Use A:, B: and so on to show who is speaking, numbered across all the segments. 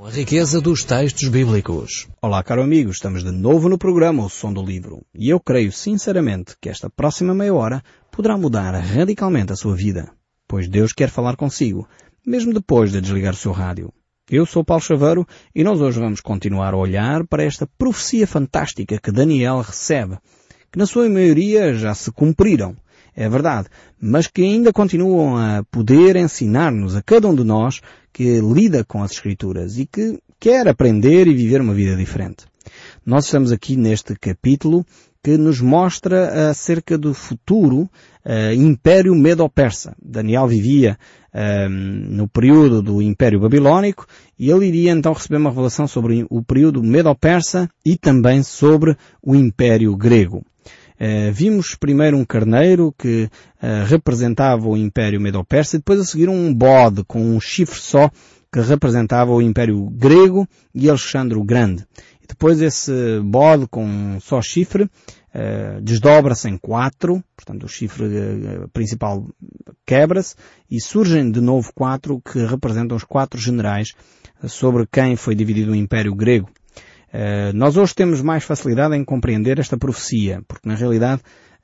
A: A riqueza dos textos bíblicos.
B: Olá, caro amigo, estamos de novo no programa O Som do Livro. E eu creio sinceramente que esta próxima meia hora poderá mudar radicalmente a sua vida. Pois Deus quer falar consigo, mesmo depois de desligar o seu rádio. Eu sou Paulo Chaveiro e nós hoje vamos continuar a olhar para esta profecia fantástica que Daniel recebe, que na sua maioria já se cumpriram. É verdade, mas que ainda continuam a poder ensinar-nos a cada um de nós que lida com as Escrituras e que quer aprender e viver uma vida diferente. Nós estamos aqui neste capítulo que nos mostra acerca do futuro Império Medo-Persa. Daniel vivia no período do Império Babilónico e ele iria então receber uma revelação sobre o período Medo-Persa e também sobre o Império Grego. Vimos primeiro um carneiro que representava o Império Medo-Persa e depois a seguir um bode com um chifre só que representava o Império Grego e Alexandre o Grande. E depois esse bode com um só chifre desdobra-se em 4, portanto o chifre principal quebra-se e surgem de novo 4 que representam os 4 generais sobre quem foi dividido o Império Grego. Nós hoje temos mais facilidade em compreender esta profecia, porque na realidade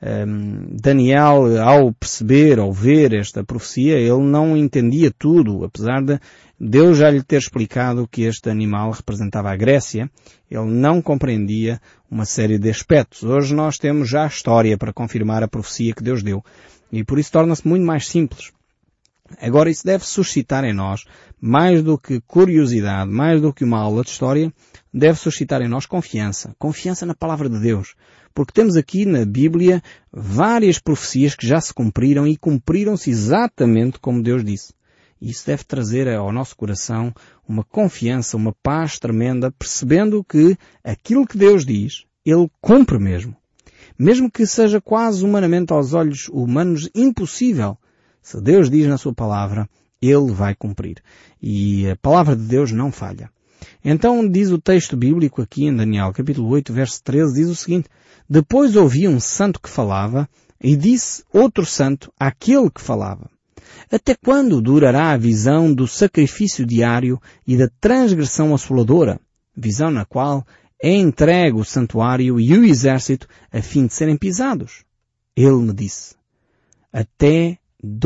B: Daniel, ao perceber, ao ver esta profecia, ele não entendia tudo, apesar de Deus já lhe ter explicado que este animal representava a Grécia, ele não compreendia uma série de aspectos. Hoje nós temos já a história para confirmar a profecia que Deus deu, e por isso torna-se muito mais simples. Agora isso deve suscitar em nós, mais do que curiosidade, mais do que uma aula de história, deve suscitar em nós confiança. Confiança na Palavra de Deus. Porque temos aqui na Bíblia várias profecias que já se cumpriram e cumpriram-se exatamente como Deus disse. E isso deve trazer ao nosso coração uma confiança, uma paz tremenda, percebendo que aquilo que Deus diz, Ele cumpre mesmo. Mesmo que seja quase humanamente aos olhos humanos impossível. Se Deus diz na sua palavra, Ele vai cumprir. E a palavra de Deus não falha. Então diz o texto bíblico aqui em Daniel, capítulo 8, verso 13, diz o seguinte: Depois ouvi um santo que falava, e disse outro santo àquele que falava: Até quando durará a visão do sacrifício diário e da transgressão assoladora? Visão na qual é entregue o santuário e o exército a fim de serem pisados. Ele me disse: Até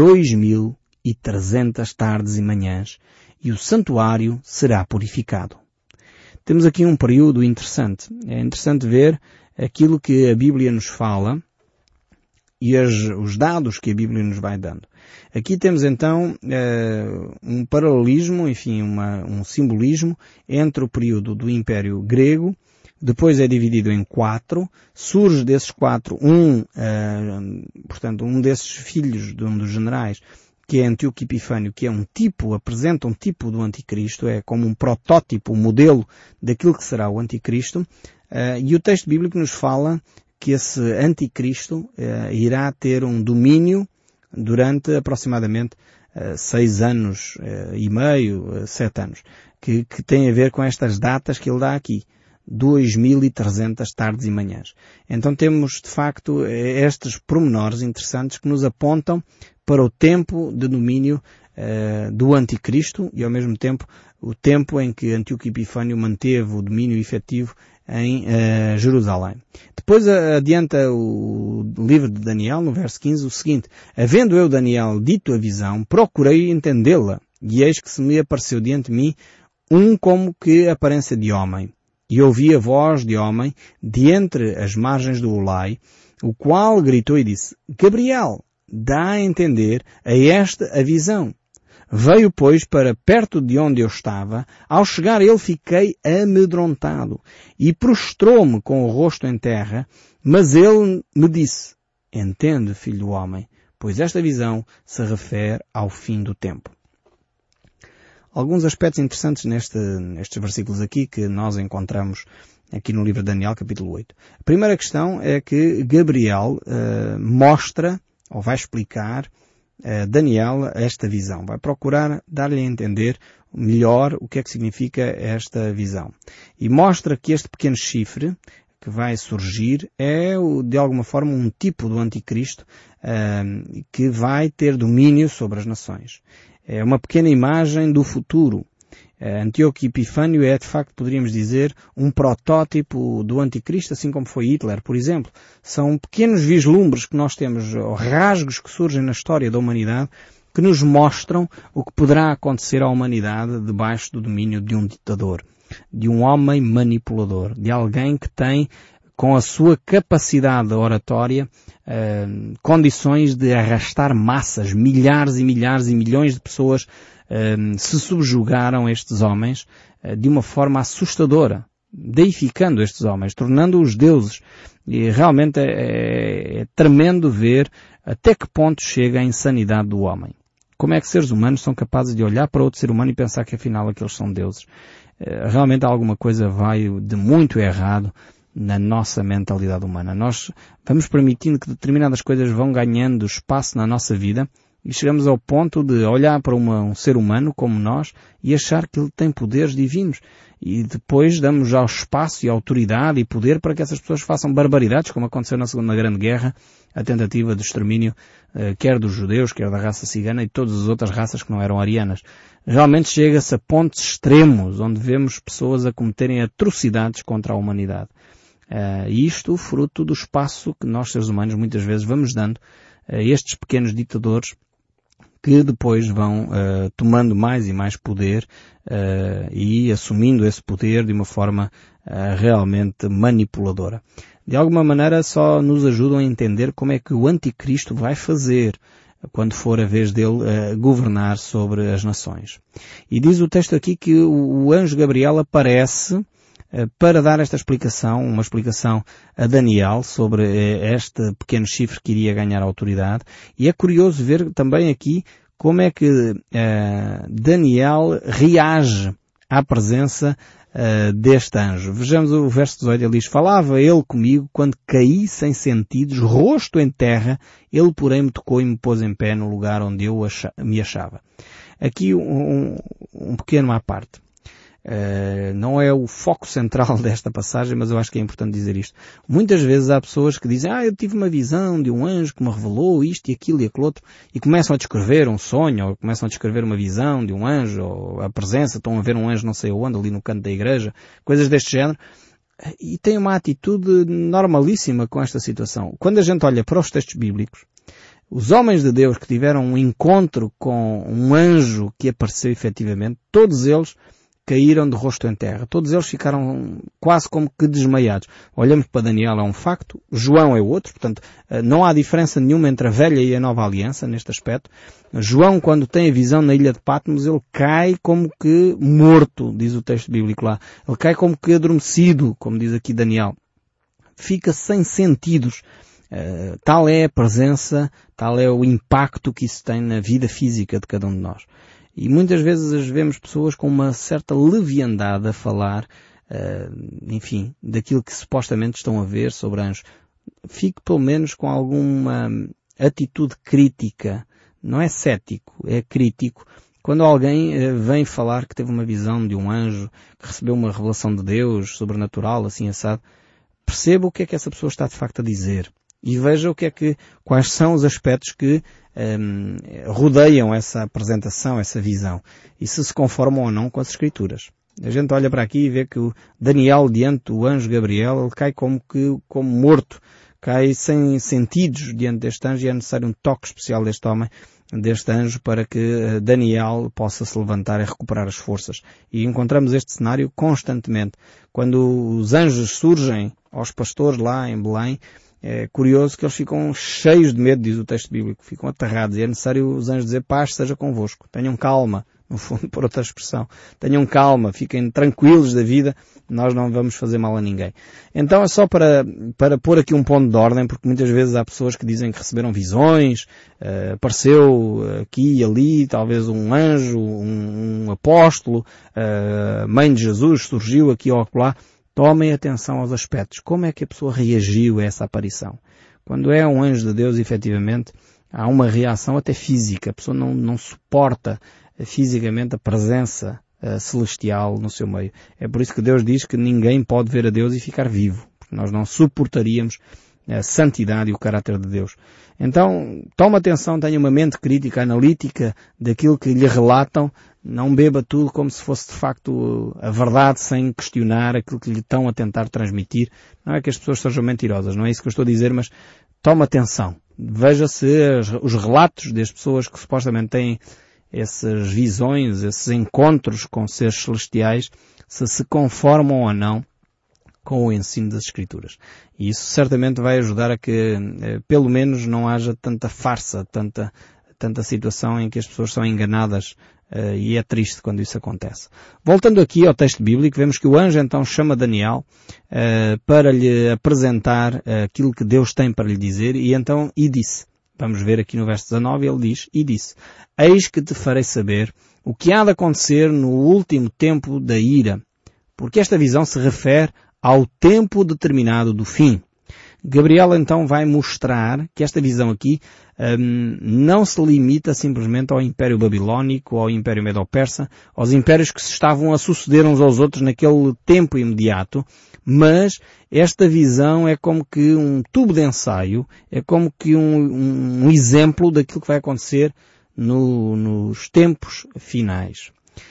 B: 2300 tardes e manhãs, e o santuário será purificado. Temos aqui um período interessante. É interessante ver aquilo que a Bíblia nos fala e os dados que a Bíblia nos vai dando. Aqui temos então um paralelismo, enfim, um simbolismo entre o período do Império Grego, depois é dividido em 4, surge desses 4 portanto, um desses filhos de um dos generais, que é Antíoco Epifânio, que é apresenta um tipo do anticristo, é como um protótipo, um modelo daquilo que será o anticristo, e o texto bíblico nos fala que esse anticristo irá ter um domínio durante aproximadamente 6 anos e meio, 7 anos, que tem a ver com estas datas que ele dá aqui. 2300 tardes e manhãs. Então temos, de facto, estes pormenores interessantes que nos apontam para o tempo de domínio do anticristo e, ao mesmo tempo, o tempo em que Antíoco Epifânio manteve o domínio efetivo em Jerusalém. Depois adianta o livro de Daniel, no verso 15, o seguinte: Havendo eu, Daniel, dito a visão, procurei entendê-la, e eis que se me apareceu diante de mim como que aparência de homem. E ouvi a voz de homem de entre as margens do Ulai, o qual gritou e disse: Gabriel, dá a entender a esta a visão. Veio, pois, para perto de onde eu estava. Ao chegar ele fiquei amedrontado e prostrou-me com o rosto em terra, mas ele me disse: Entende, filho do homem, pois esta visão se refere ao fim do tempo. Alguns aspectos interessantes nestes versículos aqui que nós encontramos aqui no livro de Daniel, capítulo 8. A primeira questão é que Gabriel mostra, ou vai explicar a Daniel esta visão. Vai procurar dar-lhe a entender melhor o que é que significa esta visão. E mostra que este pequeno chifre que vai surgir é, de alguma forma, um tipo do anticristo que vai ter domínio sobre as nações. É uma pequena imagem do futuro. Antíoco Epifânio é, de facto, poderíamos dizer, um protótipo do anticristo, assim como foi Hitler, por exemplo. São pequenos vislumbres que nós temos, ou rasgos que surgem na história da humanidade, que nos mostram o que poderá acontecer à humanidade debaixo do domínio de um ditador, de um homem manipulador, de alguém que tem, com a sua capacidade oratória, condições de arrastar massas, milhares e milhares e milhões de pessoas se subjugaram a estes homens de uma forma assustadora, deificando estes homens, tornando-os deuses. E realmente é tremendo ver até que ponto chega a insanidade do homem. Como é que seres humanos são capazes de olhar para outro ser humano e pensar que afinal aqueles são deuses? Realmente alguma coisa vai de muito errado na nossa mentalidade humana. Nós vamos permitindo que determinadas coisas vão ganhando espaço na nossa vida e chegamos ao ponto de olhar para um ser humano como nós e achar que ele tem poderes divinos. E depois damos ao espaço e autoridade e poder para que essas pessoas façam barbaridades, como aconteceu na Segunda Grande Guerra, a tentativa de extermínio quer dos judeus, quer da raça cigana e todas as outras raças que não eram arianas. Realmente chega-se a pontos extremos, onde vemos pessoas a cometerem atrocidades contra a humanidade. E isto fruto do espaço que nós, seres humanos, muitas vezes vamos dando a estes pequenos ditadores que depois vão tomando mais e mais poder e assumindo esse poder de uma forma realmente manipuladora. De alguma maneira só nos ajudam a entender como é que o anticristo vai fazer quando for a vez dele governar sobre as nações. E diz o texto aqui que o anjo Gabriel aparece para dar esta explicação, uma explicação a Daniel sobre este pequeno chifre que iria ganhar autoridade. E é curioso ver também aqui como é que Daniel reage à presença deste anjo. Vejamos o verso 18, ele diz: falava ele comigo quando caí sem sentidos, rosto em terra, ele porém me tocou e me pôs em pé no lugar onde eu me achava. Aqui um pequeno à parte. Não é o foco central desta passagem, mas eu acho que é importante dizer isto. Muitas vezes há pessoas que dizem: eu tive uma visão de um anjo que me revelou isto e aquilo e aquilo outro, e começam a descrever um sonho, ou começam a descrever uma visão de um anjo, ou a presença, estão a ver um anjo não sei onde, ali no canto da igreja, coisas deste género, e têm uma atitude normalíssima com esta situação. Quando a gente olha para os textos bíblicos, os homens de Deus que tiveram um encontro com um anjo que apareceu efetivamente, todos eles caíram de rosto em terra. Todos eles ficaram quase como que desmaiados. Olhamos para Daniel, é um facto. João é outro. Portanto, não há diferença nenhuma entre a velha e a nova aliança neste aspecto. João, quando tem a visão na ilha de Patmos, ele cai como que morto, diz o texto bíblico lá. Ele cai como que adormecido, como diz aqui Daniel. Fica sem sentidos. Tal é a presença, tal é o impacto que isso tem na vida física de cada um de nós. E muitas vezes vemos pessoas com uma certa leviandade a falar, enfim, daquilo que supostamente estão a ver sobre anjos. Fique pelo menos com alguma atitude crítica. Não é cético, é crítico. Quando alguém vem falar que teve uma visão de um anjo, que recebeu uma revelação de Deus, sobrenatural, assim assado, perceba o que é que essa pessoa está de facto a dizer. E veja quais são os aspectos que rodeiam essa apresentação, essa visão. E se conformam ou não com as Escrituras. A gente olha para aqui e vê que o Daniel, diante do anjo Gabriel, ele cai como morto. Cai sem sentidos diante deste anjo e é necessário um toque especial deste homem, deste anjo, para que Daniel possa se levantar e recuperar as forças. E encontramos este cenário constantemente. Quando os anjos surgem aos pastores lá em Belém, é curioso que eles ficam cheios de medo, diz o texto bíblico, ficam aterrados. E é necessário os anjos dizer: paz seja convosco, tenham calma, no fundo, por outra expressão. Tenham calma, fiquem tranquilos da vida, nós não vamos fazer mal a ninguém. Então é só para pôr aqui um ponto de ordem, porque muitas vezes há pessoas que dizem que receberam visões, apareceu aqui e ali, talvez um anjo, um apóstolo, mãe de Jesus surgiu aqui ou acolá. Tomem atenção aos aspectos. Como é que a pessoa reagiu a essa aparição? Quando é um anjo de Deus, efetivamente, há uma reação até física. A pessoa não suporta fisicamente a presença celestial no seu meio. É por isso que Deus diz que ninguém pode ver a Deus e ficar vivo. Porque nós não suportaríamos a santidade e o caráter de Deus. Então, toma atenção, tenha uma mente crítica, analítica daquilo que lhe relatam, não beba tudo como se fosse de facto a verdade sem questionar aquilo que lhe estão a tentar transmitir. Não é que as pessoas sejam mentirosas, não é isso que eu estou a dizer, mas toma atenção. Veja se os relatos das pessoas que supostamente têm essas visões, esses encontros com seres celestiais, se conformam ou não com o ensino das Escrituras. E isso certamente vai ajudar a que, pelo menos, não haja tanta farsa, tanta situação em que as pessoas são enganadas, e é triste quando isso acontece. Voltando aqui ao texto bíblico, vemos que o anjo então chama Daniel para lhe apresentar aquilo que Deus tem para lhe dizer e disse. Vamos ver aqui no verso 19, ele diz, e disse, eis que te farei saber o que há de acontecer no último tempo da ira, porque esta visão se refere ao tempo determinado do fim. Gabriel então vai mostrar que esta visão aqui não se limita simplesmente ao Império Babilónico, ao Império Medo-Persa, aos impérios que se estavam a suceder uns aos outros naquele tempo imediato, mas esta visão é como que um tubo de ensaio, é como que um exemplo daquilo que vai acontecer nos tempos finais.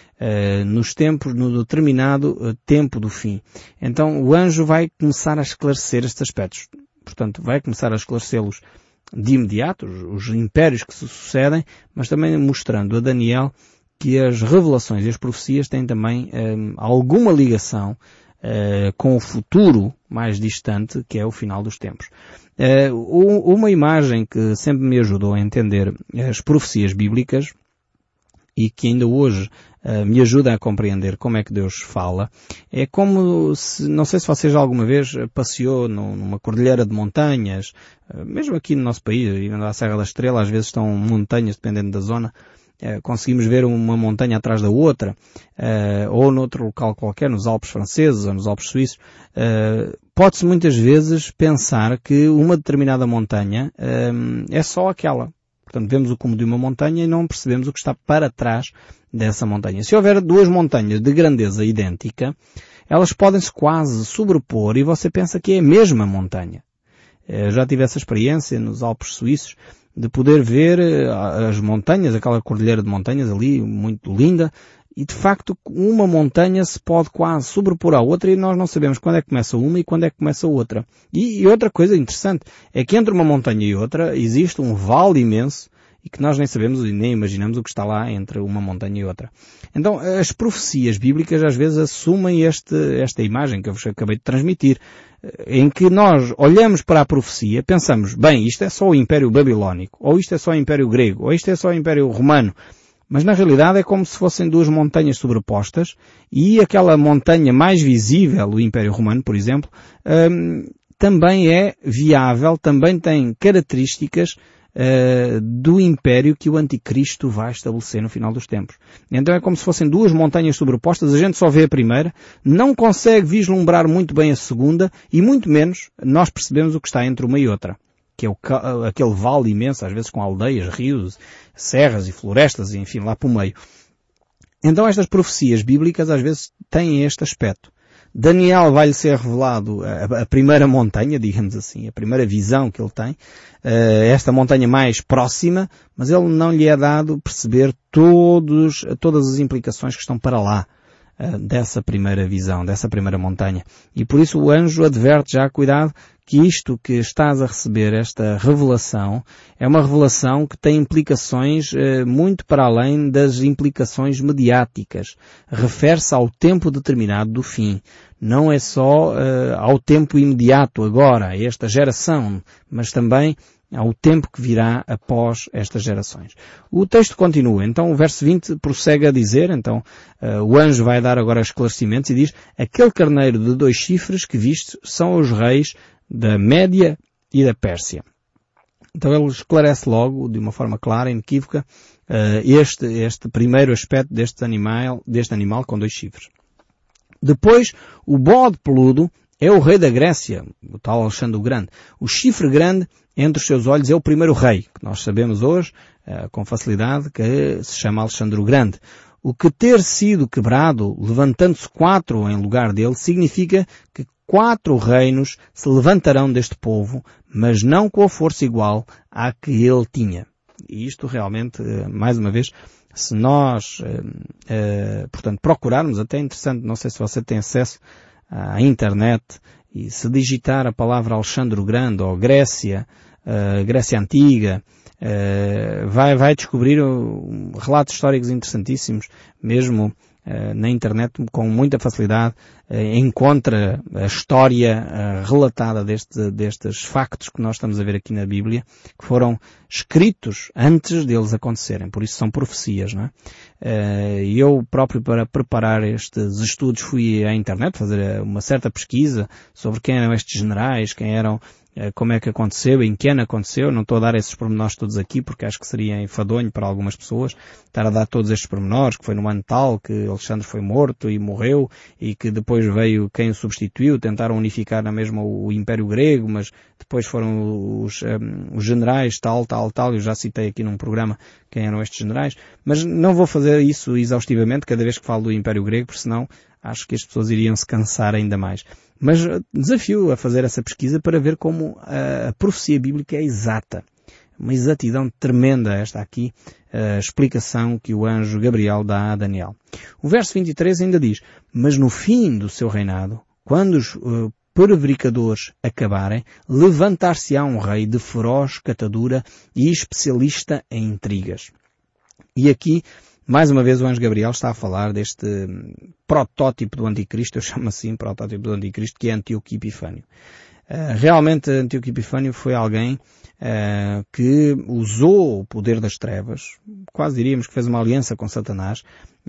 B: No determinado tempo do fim. Então o anjo vai começar a esclarecer estes aspectos. Portanto, vai começar a esclarecê-los de imediato, os impérios que se sucedem, mas também mostrando a Daniel que as revelações e as profecias têm também alguma ligação com o futuro mais distante, que é o final dos tempos. Uma imagem que sempre me ajudou a entender as profecias bíblicas e que ainda hoje me ajuda a compreender como é que Deus fala, é como se, não sei se vocês alguma vez passeou numa cordilheira de montanhas, mesmo aqui no nosso país, indo à Serra da Estrela, às vezes estão montanhas, dependendo da zona, conseguimos ver uma montanha atrás da outra, ou noutro local qualquer, nos Alpes franceses ou nos Alpes suíços, pode-se muitas vezes pensar que uma determinada montanha é só aquela. Portanto, vemos o cume de uma montanha e não percebemos o que está para trás dessa montanha. Se houver duas montanhas de grandeza idêntica, elas podem-se quase sobrepor e você pensa que é a mesma montanha. Eu já tive essa experiência nos Alpes suíços de poder ver as montanhas, aquela cordilheira de montanhas ali, muito linda, e de facto uma montanha se pode quase sobrepor à outra e nós não sabemos quando é que começa uma e quando é que começa a outra. E outra coisa interessante é que entre uma montanha e outra existe um vale imenso e que nós nem sabemos e nem imaginamos o que está lá entre uma montanha e outra. Então as profecias bíblicas às vezes assumem esta imagem que eu vos acabei de transmitir, em que nós olhamos para a profecia, pensamos, bem, isto é só o Império Babilónico, ou isto é só o Império Grego, ou isto é só o Império Romano. Mas na realidade é como se fossem duas montanhas sobrepostas e aquela montanha mais visível, o Império Romano, por exemplo, também é viável, também tem características do império que o Anticristo vai estabelecer no final dos tempos. Então é como se fossem duas montanhas sobrepostas, a gente só vê a primeira, não consegue vislumbrar muito bem a segunda e muito menos nós percebemos o que está entre uma e outra, que é aquele vale imenso, às vezes com aldeias, rios, serras e florestas, e enfim, lá para o meio. Então estas profecias bíblicas às vezes têm este aspecto. Daniel vai-lhe ser revelado a primeira montanha, digamos assim, a primeira visão que ele tem, esta montanha mais próxima, mas ele não lhe é dado perceber todas as implicações que estão para lá dessa primeira visão, dessa primeira montanha. E por isso o anjo adverte já, cuidado, que isto que estás a receber, esta revelação, é uma revelação que tem implicações muito para além das implicações mediáticas. Refere-se ao tempo determinado do fim. Não é só ao tempo imediato agora, a esta geração, mas também ao tempo que virá após estas gerações. O texto continua, então o verso 20 prossegue a dizer, então o anjo vai dar agora esclarecimentos e diz, aquele carneiro de 2 chifres que viste são os reis da Média e da Pérsia. Então ele esclarece logo, de uma forma clara, inequívoca, este primeiro aspecto deste animal com 2 chifres. Depois, o bode peludo é o rei da Grécia, o tal Alexandre o Grande. O chifre grande entre os seus olhos é o primeiro rei, que nós sabemos hoje, com facilidade, que se chama Alexandre o Grande. o que ter sido quebrado, levantando-se 4 em lugar dele, significa que 4 reinos se levantarão deste povo, mas não com a força igual à que ele tinha. E isto realmente, mais uma vez, se nós, portanto, procurarmos, até é interessante, não sei se você tem acesso à internet, e se digitar a palavra Alexandre o Grande ou Grécia, Grécia Antiga, vai descobrir relatos históricos interessantíssimos, mesmo na internet, com muita facilidade, encontra a história relatada destes factos que nós estamos a ver aqui na Bíblia, que foram escritos antes deles acontecerem, por isso são profecias, não é? Eu próprio, para preparar estes estudos, fui à internet fazer uma certa pesquisa sobre quem eram estes generais, como é que aconteceu, em que ano aconteceu. Não estou a dar esses pormenores todos aqui, porque acho que seria enfadonho para algumas pessoas estar a dar todos estes pormenores, que foi no ano tal que Alexandre foi morto e morreu, e que depois veio quem o substituiu, tentaram unificar na mesma o Império Grego, mas depois foram os generais tal, eu já citei aqui num programa quem eram estes generais, mas não vou fazer isso exaustivamente cada vez que falo do Império Grego, porque senão acho que as pessoas iriam se cansar ainda mais. Mas desafio a fazer essa pesquisa para ver como a profecia bíblica é exata. Uma exatidão tremenda esta aqui, a explicação que o anjo Gabriel dá a Daniel. O verso 23 ainda diz: mas no fim do seu reinado, quando os prevaricadores acabarem, levantar-se-á um rei de feroz catadura e especialista em intrigas. E aqui, mais uma vez, o anjo Gabriel está a falar deste protótipo do anticristo, eu chamo assim, protótipo do anticristo, que é Antíoco Epifânio. Realmente, Antíoco Epifânio foi alguém que usou o poder das trevas, quase diríamos que fez uma aliança com Satanás,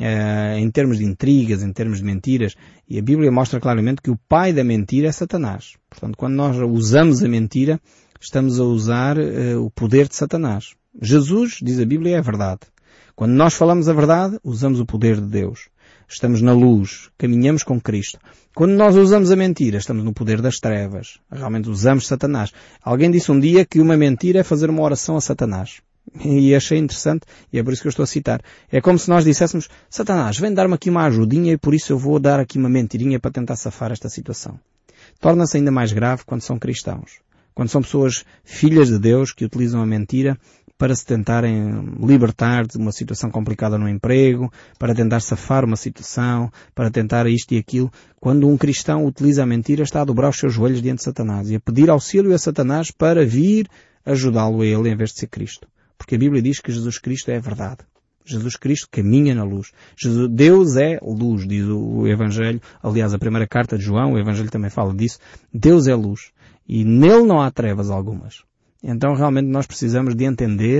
B: em termos de intrigas, em termos de mentiras, e a Bíblia mostra claramente que o pai da mentira é Satanás. Portanto, quando nós usamos a mentira, estamos a usar o poder de Satanás. Jesus, diz a Bíblia, é a verdade. Quando nós falamos a verdade, usamos o poder de Deus. Estamos na luz, caminhamos com Cristo. Quando nós usamos a mentira, estamos no poder das trevas. Realmente usamos Satanás. Alguém disse um dia que uma mentira é fazer uma oração a Satanás. E achei interessante, e é por isso que eu estou a citar. É como se nós disséssemos: Satanás, vem dar-me aqui uma ajudinha e por isso eu vou dar aqui uma mentirinha para tentar safar esta situação. Torna-se ainda mais grave quando são cristãos. Quando são pessoas filhas de Deus que utilizam a mentira para se tentarem libertar de uma situação complicada no emprego, para tentar safar uma situação, para tentar isto e aquilo. Quando um cristão utiliza a mentira, está a dobrar os seus joelhos diante de Satanás e a pedir auxílio a Satanás para vir ajudá-lo a ele em vez de ser Cristo. Porque a Bíblia diz que Jesus Cristo é a verdade. Jesus Cristo caminha na luz. Deus é luz, diz o Evangelho. Aliás, a primeira carta de João, o Evangelho também fala disso. Deus é luz. E nele não há trevas algumas. Então realmente nós precisamos de entender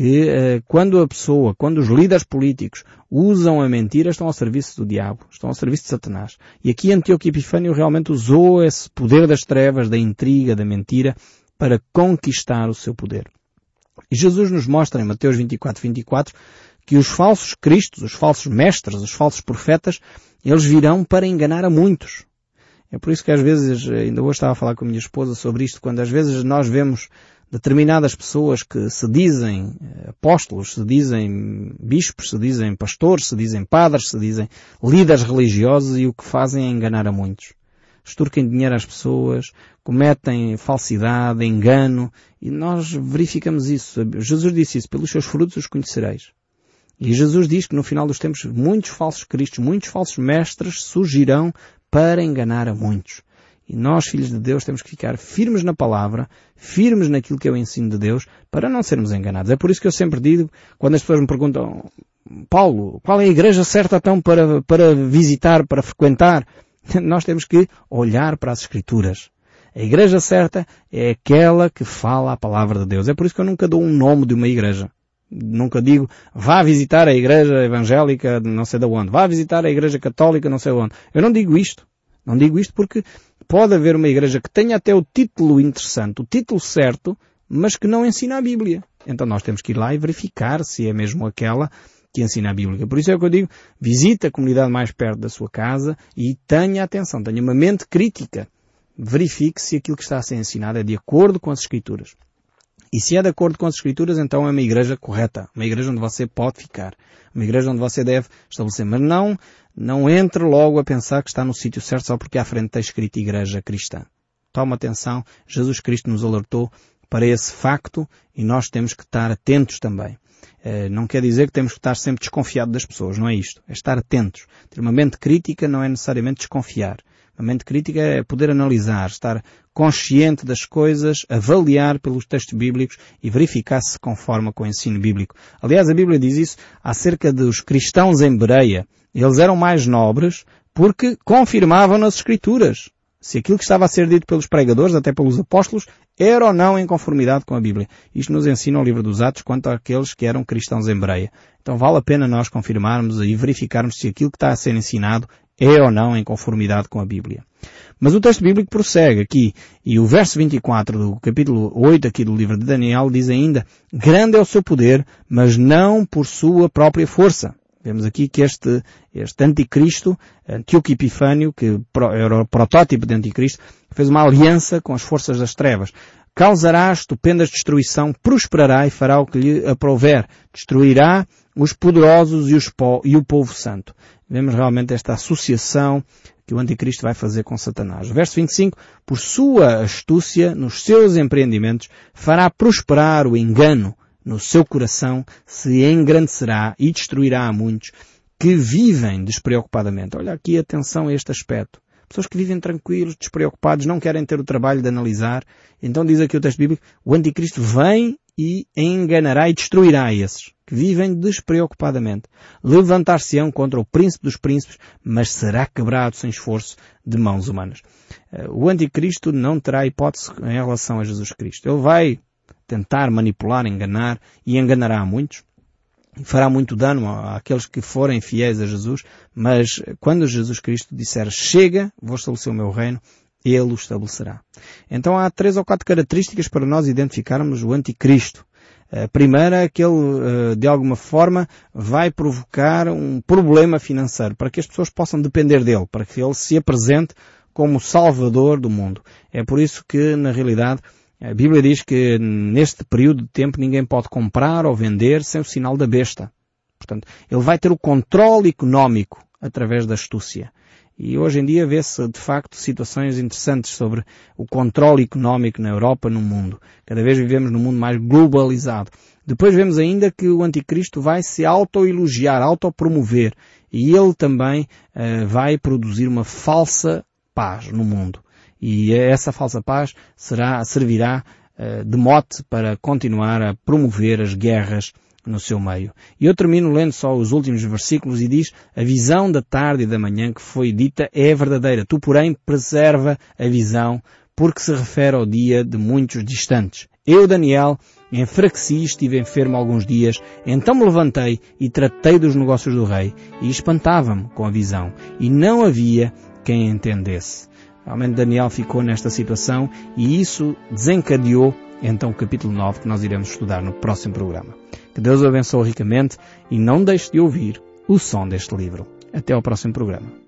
B: que quando os líderes políticos usam a mentira, estão ao serviço do diabo, estão ao serviço de Satanás. E aqui Antíoco Epifânio realmente usou esse poder das trevas, da intriga, da mentira, para conquistar o seu poder. E Jesus nos mostra em Mateus 24, que os falsos cristos, os falsos mestres, os falsos profetas, eles virão para enganar a muitos. É por isso que às vezes, ainda hoje estava a falar com a minha esposa sobre isto, quando às vezes nós vemos determinadas pessoas que se dizem apóstolos, se dizem bispos, se dizem pastores, se dizem padres, se dizem líderes religiosos, e o que fazem é enganar a muitos. Extorquem dinheiro às pessoas, cometem falsidade, engano, e nós verificamos isso. Jesus disse isso: pelos seus frutos os conhecereis. E Jesus diz que no final dos tempos muitos falsos cristos, muitos falsos mestres surgirão para enganar a muitos. E nós, filhos de Deus, temos que ficar firmes na palavra, firmes naquilo que é o ensino de Deus, para não sermos enganados. É por isso que eu sempre digo, quando as pessoas me perguntam: Paulo, qual é a igreja certa então para visitar, para frequentar? Nós temos que olhar para as Escrituras. A igreja certa é aquela que fala a palavra de Deus. É por isso que eu nunca dou um nome de uma igreja. Nunca digo: vá visitar a igreja evangélica não sei de onde, vá visitar a igreja católica não sei de onde. Eu não digo isto. Não digo isto porque pode haver uma igreja que tenha até o título interessante, o título certo, mas que não ensina a Bíblia. Então nós temos que ir lá e verificar se é mesmo aquela que ensina a Bíblia. Por isso é o que eu digo: visite a comunidade mais perto da sua casa e tenha atenção, tenha uma mente crítica. Verifique se aquilo que está a ser ensinado é de acordo com as Escrituras. E se é de acordo com as Escrituras, então é uma igreja correta, uma igreja onde você pode ficar, uma igreja onde você deve estabelecer. Mas não entre logo a pensar que está no sítio certo só porque à frente está escrito Igreja Cristã. Toma atenção, Jesus Cristo nos alertou para esse facto e nós temos que estar atentos também. Não quer dizer que temos que estar sempre desconfiados das pessoas, não é isto. É estar atentos. Ter uma mente crítica não é necessariamente desconfiar. A mente crítica é poder analisar, estar consciente das coisas, avaliar pelos textos bíblicos e verificar se conforma com o ensino bíblico. Aliás, a Bíblia diz isso acerca dos cristãos em Bereia. Eles eram mais nobres porque confirmavam nas Escrituras se aquilo que estava a ser dito pelos pregadores, até pelos apóstolos, era ou não em conformidade com a Bíblia. Isto nos ensina o livro dos Atos quanto àqueles que eram cristãos em Bereia. Então vale a pena nós confirmarmos e verificarmos se aquilo que está a ser ensinado é ou não em conformidade com a Bíblia. Mas o texto bíblico prossegue aqui, e o verso 24 do capítulo 8 aqui do livro de Daniel diz ainda: grande é o seu poder, mas não por sua própria força. Vemos aqui que este anticristo, Antíoco Epifânio, que era o protótipo de anticristo, fez uma aliança com as forças das trevas. Causará estupenda destruição, prosperará e fará o que lhe aprouver. Destruirá os poderosos e o povo santo. Vemos realmente esta associação que o anticristo vai fazer com Satanás. Verso 25, por sua astúcia, nos seus empreendimentos, fará prosperar o engano. No seu coração se engrandecerá e destruirá a muitos que vivem despreocupadamente. Olha aqui, atenção a este aspecto. Pessoas que vivem tranquilos, despreocupados, não querem ter o trabalho de analisar. Então diz aqui o texto bíblico, o anticristo vem e enganará e destruirá esses que vivem despreocupadamente. Levantar-se-ão contra o príncipe dos príncipes, mas será quebrado sem esforço de mãos humanas. O anticristo não terá hipótese em relação a Jesus Cristo. Ele vai tentar manipular, enganar e enganará a muitos. Fará muito dano àqueles que forem fiéis a Jesus, mas quando Jesus Cristo disser chega, vou estabelecer o meu reino, Ele o estabelecerá. Então há 3 ou 4 características para nós identificarmos o anticristo. A primeira é que ele, de alguma forma, vai provocar um problema financeiro, para que as pessoas possam depender dele, para que ele se apresente como o salvador do mundo. É por isso que, na realidade, a Bíblia diz que neste período de tempo ninguém pode comprar ou vender sem o sinal da besta. Portanto, ele vai ter o controle económico através da astúcia. E hoje em dia vê-se, de facto, situações interessantes sobre o controle económico na Europa, no mundo. Cada vez vivemos num mundo mais globalizado. Depois vemos ainda que o anticristo vai se autoelogiar, autopromover. E ele também vai produzir uma falsa paz no mundo. E essa falsa paz servirá de mote para continuar a promover as guerras no seu meio. E eu termino lendo só os últimos versículos e diz: a visão da tarde e da manhã que foi dita é verdadeira. Tu, porém, preserva a visão, porque se refere ao dia de muitos distantes. Eu, Daniel, enfraqueci e estive enfermo alguns dias, então me levantei e tratei dos negócios do rei, e espantava-me com a visão, e não havia quem entendesse. Realmente Daniel ficou nesta situação e isso desencadeou então o capítulo 9 que nós iremos estudar no próximo programa. Que Deus o abençoe ricamente e não deixe de ouvir o som deste livro. Até ao próximo programa.